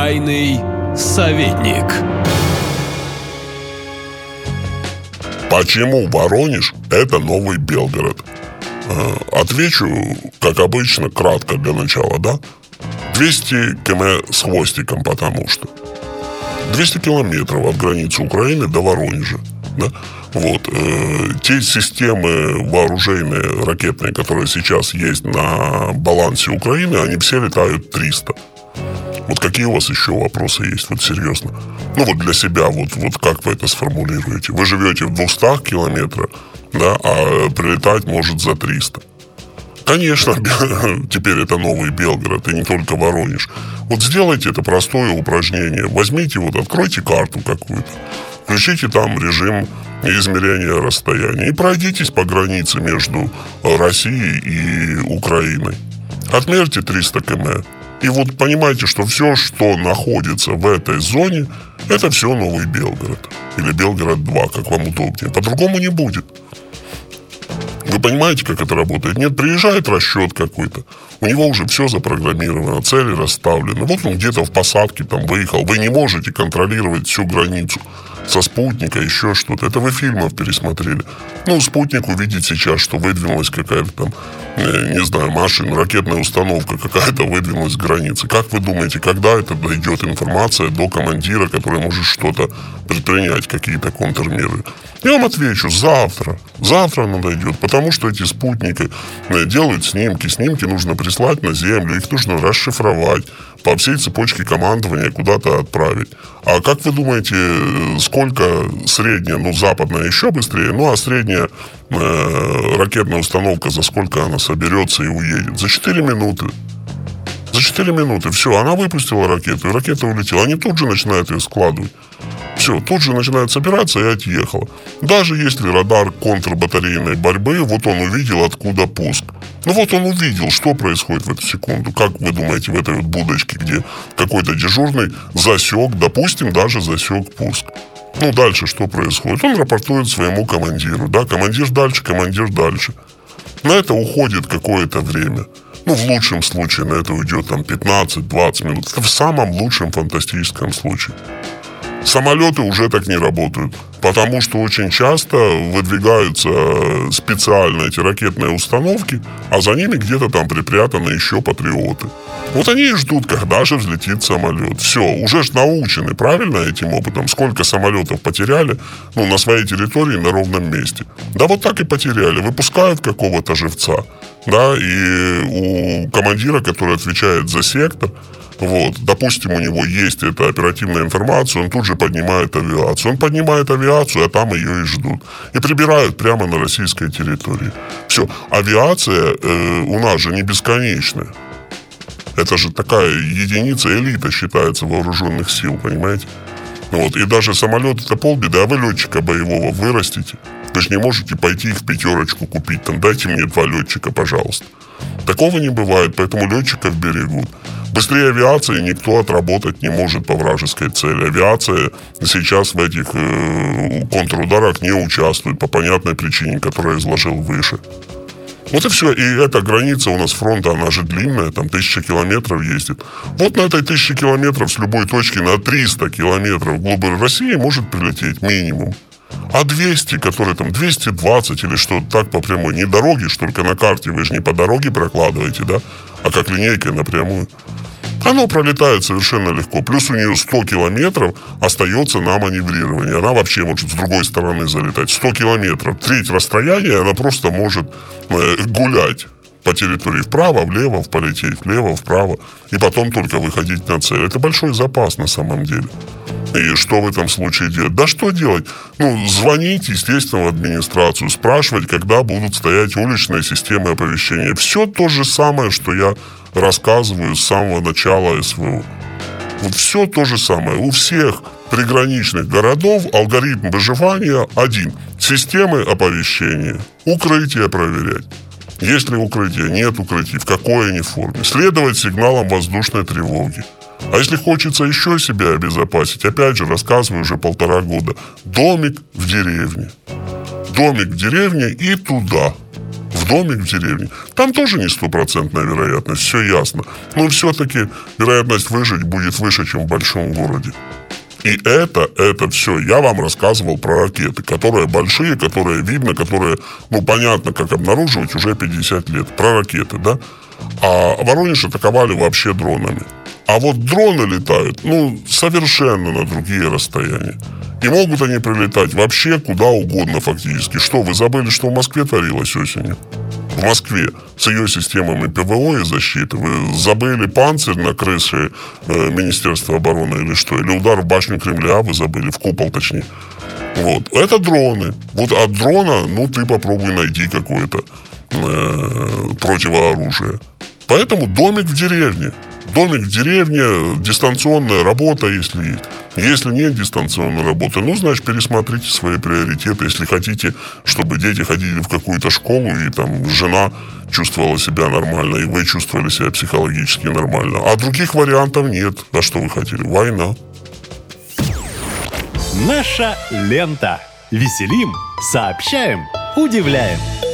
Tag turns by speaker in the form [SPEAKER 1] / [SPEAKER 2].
[SPEAKER 1] Тайный советник.
[SPEAKER 2] Почему Воронеж – это новый Белгород? Отвечу, как обычно, кратко для начала, да? 200 км с хвостиком, потому что 200 километров от границы Украины до Воронежа, да? Вот. Те системы вооруженные, ракетные, которые сейчас есть на балансе Украины, они все летают 300. Вот какие у вас еще вопросы есть, вот серьезно? Ну вот для себя, вот как вы это сформулируете? Вы живете в 200 километрах, да, а прилетать может за 300. Конечно, теперь это новый Белгород, и не только Воронеж. Вот сделайте это простое упражнение. Возьмите, вот откройте карту какую-то, включите там режим измерения расстояния и пройдитесь по границе между Россией и Украиной. Отмерьте 300 км. И вот понимаете, что все, что находится в этой зоне, это все новый Белгород. Или Белгород-2, как вам удобнее. По-другому не будет. Вы понимаете, как это работает? Нет, приезжает расчет какой-то, у него уже все запрограммировано, цели расставлены. Вот он где-то в посадке там выехал. Вы не можете контролировать всю границу со спутника, еще что-то. Это вы фильмов пересмотрели. Ну, спутник увидит сейчас, что выдвинулась какая-то там, не знаю, машина, ракетная установка какая-то выдвинулась с границы. Как вы думаете, когда это дойдет информация до командира, который может что-то предпринять, какие-то контрмеры? Я вам отвечу, завтра. Завтра она дойдет, потому что эти спутники делают снимки. Снимки нужно прислать на Землю, их нужно расшифровать, по всей цепочке командования куда-то отправить. А как вы думаете, сколько средняя, ну, западная еще быстрее, ну, а средняя ракетная установка, за сколько она соберется и уедет? За 4 минуты. За 4 минуты. Все, она выпустила ракету, и ракета улетела. Они тут же начинают ее складывать. Все, тут же начинает собираться и отъехала. Даже если радар контрбатарейной борьбы, вот он увидел, откуда пуск. Ну вот он увидел, что происходит в эту секунду. Как вы думаете, в этой вот будочке, где какой-то дежурный засек, допустим, даже засек пуск. Ну, дальше что происходит? Он рапортует своему командиру. Да, командир дальше, командир дальше. На это уходит какое-то время. Ну, в лучшем случае на это уйдет там 15-20 минут. Это в самом лучшем фантастическом случае. Самолеты уже так не работают, потому что очень часто выдвигаются специально эти ракетные установки, а за ними где-то там припрятаны еще патриоты. Вот они и ждут, когда же взлетит самолет. Все, уже ж научены, правильно, этим опытом? Сколько самолетов потеряли, ну, на своей территории на ровном месте. Да вот так и потеряли. Выпускают какого-то живца, да, и у командира, который отвечает за сектор, вот, допустим, у него есть эта оперативная информация, он тут же поднимает авиацию. Он поднимает авиацию, а там ее и ждут. И прибирают прямо на российской территории. Все, авиация у нас же не бесконечная. Это же такая единица, элита считается вооруженных сил, понимаете? Вот, и даже самолет это полбеды, а вы летчика боевого вырастите. Вы же не можете пойти их в пятерочку купить, там, дайте мне 2 летчика, пожалуйста. Такого не бывает, поэтому летчиков берегут. Быстрее авиации никто отработать не может по вражеской цели. Авиация сейчас в этих контрударах не участвует по понятной причине, которую я изложил выше. Вот и все. И эта граница у нас фронта, она же длинная, там 1000 километров ездит. Вот на этой 1000 километров с любой точки на 300 километров глубины России может прилететь минимум. А 200, которые там 220 или что-то так по прямой, не дороги, что только на карте вы же не по дороге прокладываете, да, а как линейкой напрямую. Оно пролетает совершенно легко. Плюс у нее 100 километров остается на маневрирование. Она вообще может с другой стороны залетать. 100 километров, треть расстояния, она просто может гулять по территории вправо, влево, полететь, влево, вправо. И потом только выходить на цель. Это большой запас на самом деле. И что в этом случае делать? Да что делать? Ну, звонить, естественно, в администрацию, спрашивать, когда будут стоять уличные системы оповещения. Все то же самое, что я рассказываю с самого начала СВО. Вот все то же самое. У всех приграничных городов алгоритм выживания один. Системы оповещения. Укрытие проверять. Есть ли укрытие? Нет укрытий. В какой они форме? Следовать сигналам воздушной тревоги. А если хочется еще себя обезопасить, опять же, рассказываю уже 1,5 года. Домик в деревне. Домик в деревне и туда. В в домик в деревне, там тоже не стопроцентная вероятность, все ясно. Но все-таки вероятность выжить будет выше, чем в большом городе. И это все, я вам рассказывал про ракеты, которые большие, которые видно, которые, понятно, как обнаруживать уже 50 лет. Про ракеты, да? А Воронеж атаковали вообще дронами. А вот дроны летают, совершенно на другие расстояния. И могут они прилетать вообще куда угодно фактически. Что, вы забыли, что в Москве творилось осенью? В Москве с ее системами ПВО и защиты. Вы забыли панцирь на крыше Министерства обороны или что? Или удар в башню Кремля вы забыли, в купол точнее. Вот. Это дроны. Вот от дрона, ты попробуй найти какое-то противооружие. Поэтому домик в деревне. Домик в деревне, дистанционная работа, если есть. Если нет дистанционной работы, значит, пересмотрите свои приоритеты. Если хотите, чтобы дети ходили в какую-то школу, и там жена чувствовала себя нормально, и вы чувствовали себя психологически нормально. А других вариантов нет. А что вы хотели? Война.
[SPEAKER 3] Наша лента. Веселим, сообщаем, удивляем.